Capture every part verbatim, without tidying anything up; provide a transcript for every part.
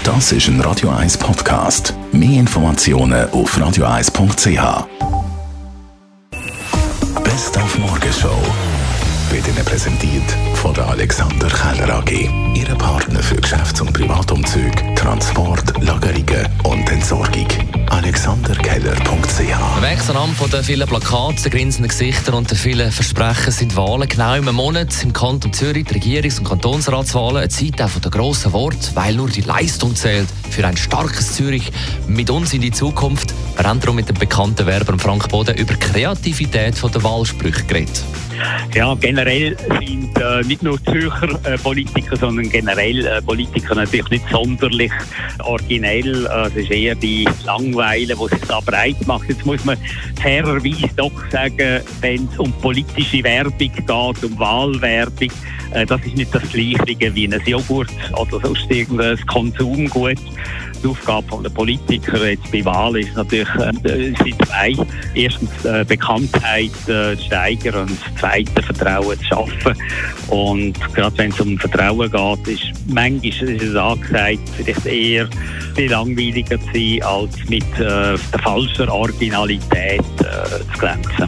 Das ist ein Radio eins Podcast. Mehr Informationen auf radio eins punkt c h. Best auf Morgenshow wird Ihnen präsentiert von der Alexander Keller A G. Ihre Partner für Geschäfts- und Privatumzüge, Transport, Lagerungen und Entsorgung. alexander keller punkt c h. Weg anhand von den vielen Plakaten, den grinsenden Gesichtern und den vielen Versprechen sind Wahlen. Genau im Monat im Kanton Zürich, die Regierungs- und Kantonsratswahlen. Eine Zeit auch von den grossen Worten, weil nur die Leistung zählt für ein starkes Zürich mit uns in die Zukunft. Wir haben darum mit dem bekannten Werber Frank Boden über die Kreativität der Wahlsprüche geredet. Ja, generell sind äh, nicht nur Zürcher äh, Politiker, sondern generell äh, Politiker natürlich nicht sonderlich originell. Äh, es ist eher die Langweile, die sich da breit macht. Jetzt muss man fairerweise doch sagen, wenn es um politische Werbung geht, um Wahlwerbung, äh, das ist nicht das Gleiche wie ein Joghurt oder sonst irgendein Konsumgut. Die Aufgabe der Politiker jetzt bei Wahlen ist natürlich äh, sind zwei. Erstens äh, Bekanntheit äh, zu steigern und zweitens Vertrauen zu schaffen. Und gerade wenn es um Vertrauen geht, ist manchmal ist es angesagt, vielleicht eher viel langweiliger zu sein, als mit äh, der falschen Originalität äh, zu glänzen.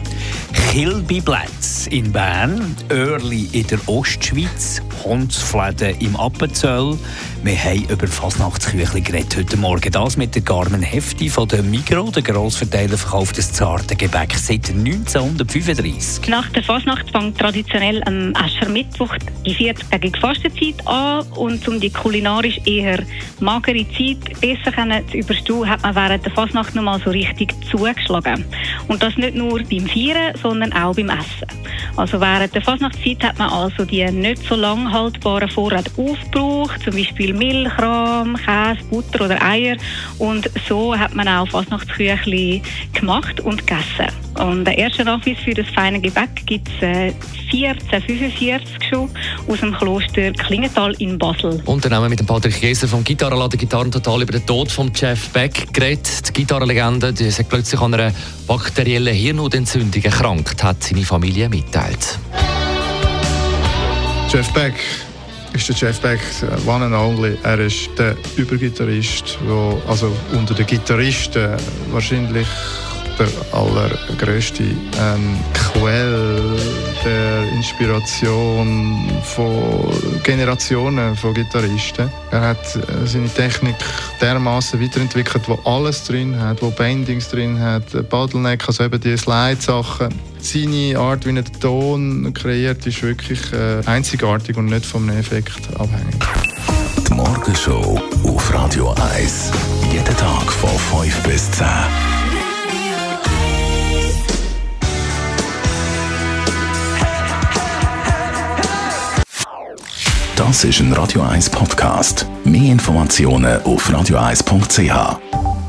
Kilbiplätze in Bern, Oerli in der Ostschweiz, Hundsfläden im Appenzell. Wir haben über Fasnachtsküchli geredet heute Morgen. Das mit der Carmen Hefti von der Migros. Der Grossverteiler verkauft das zarte Gebäck seit neunzehnhundertfünfunddreissig. Nach der Fasnacht fängt traditionell am Aschermittwoch die vierzigtägige Fastenzeit an. Und um die kulinarisch eher magere Zeit besser zu überstehen, hat man während der Fasnacht noch mal so richtig zugeschlagen. Und das nicht nur beim Feiern, sondern auch beim Essen. Also während der Fasnachtszeit hat man also die nicht so lang haltbaren Vorräte aufgebraucht, zum Beispiel Milch, Rahm, Käse, Butter oder Eier. Und so hat man auch Fasnachtsküchli gemacht und gegessen. Und der erste Nachweis für das feine Gebäck gibt es äh, vierzehnhundertfünfundvierzig schon aus dem Kloster Klingenthal in Basel. Und dann haben wir mit dem Patrick Geser vom Gitarrenladen Gitarrentotal über den Tod von Jeff Beck geredet. Die Gitarrenlegende, die ist plötzlich an einer bakteriellen Hirnhautentzündung erkrankt, hat seine Familie mitteilt. Jeff Beck ist der Jeff Beck, one and only. Er ist der Übergitarrist, der also unter den Gitarristen wahrscheinlich der allergrößte ähm, Quelle der Inspiration von Generationen von Gitarristen. Er hat äh, seine Technik dermaßen weiterentwickelt, wo alles drin hat, wo Bendings drin hat, Bottleneck, also eben die Slide-Sachen. Seine Art, wie er den Ton kreiert, ist wirklich äh, einzigartig und nicht vom Effekt abhängig. Die Morgenshow auf Radio eins. Jeden Tag von fünf bis zehn. Das ist ein Radio eins Podcast. Mehr Informationen auf radio eins punkt c h.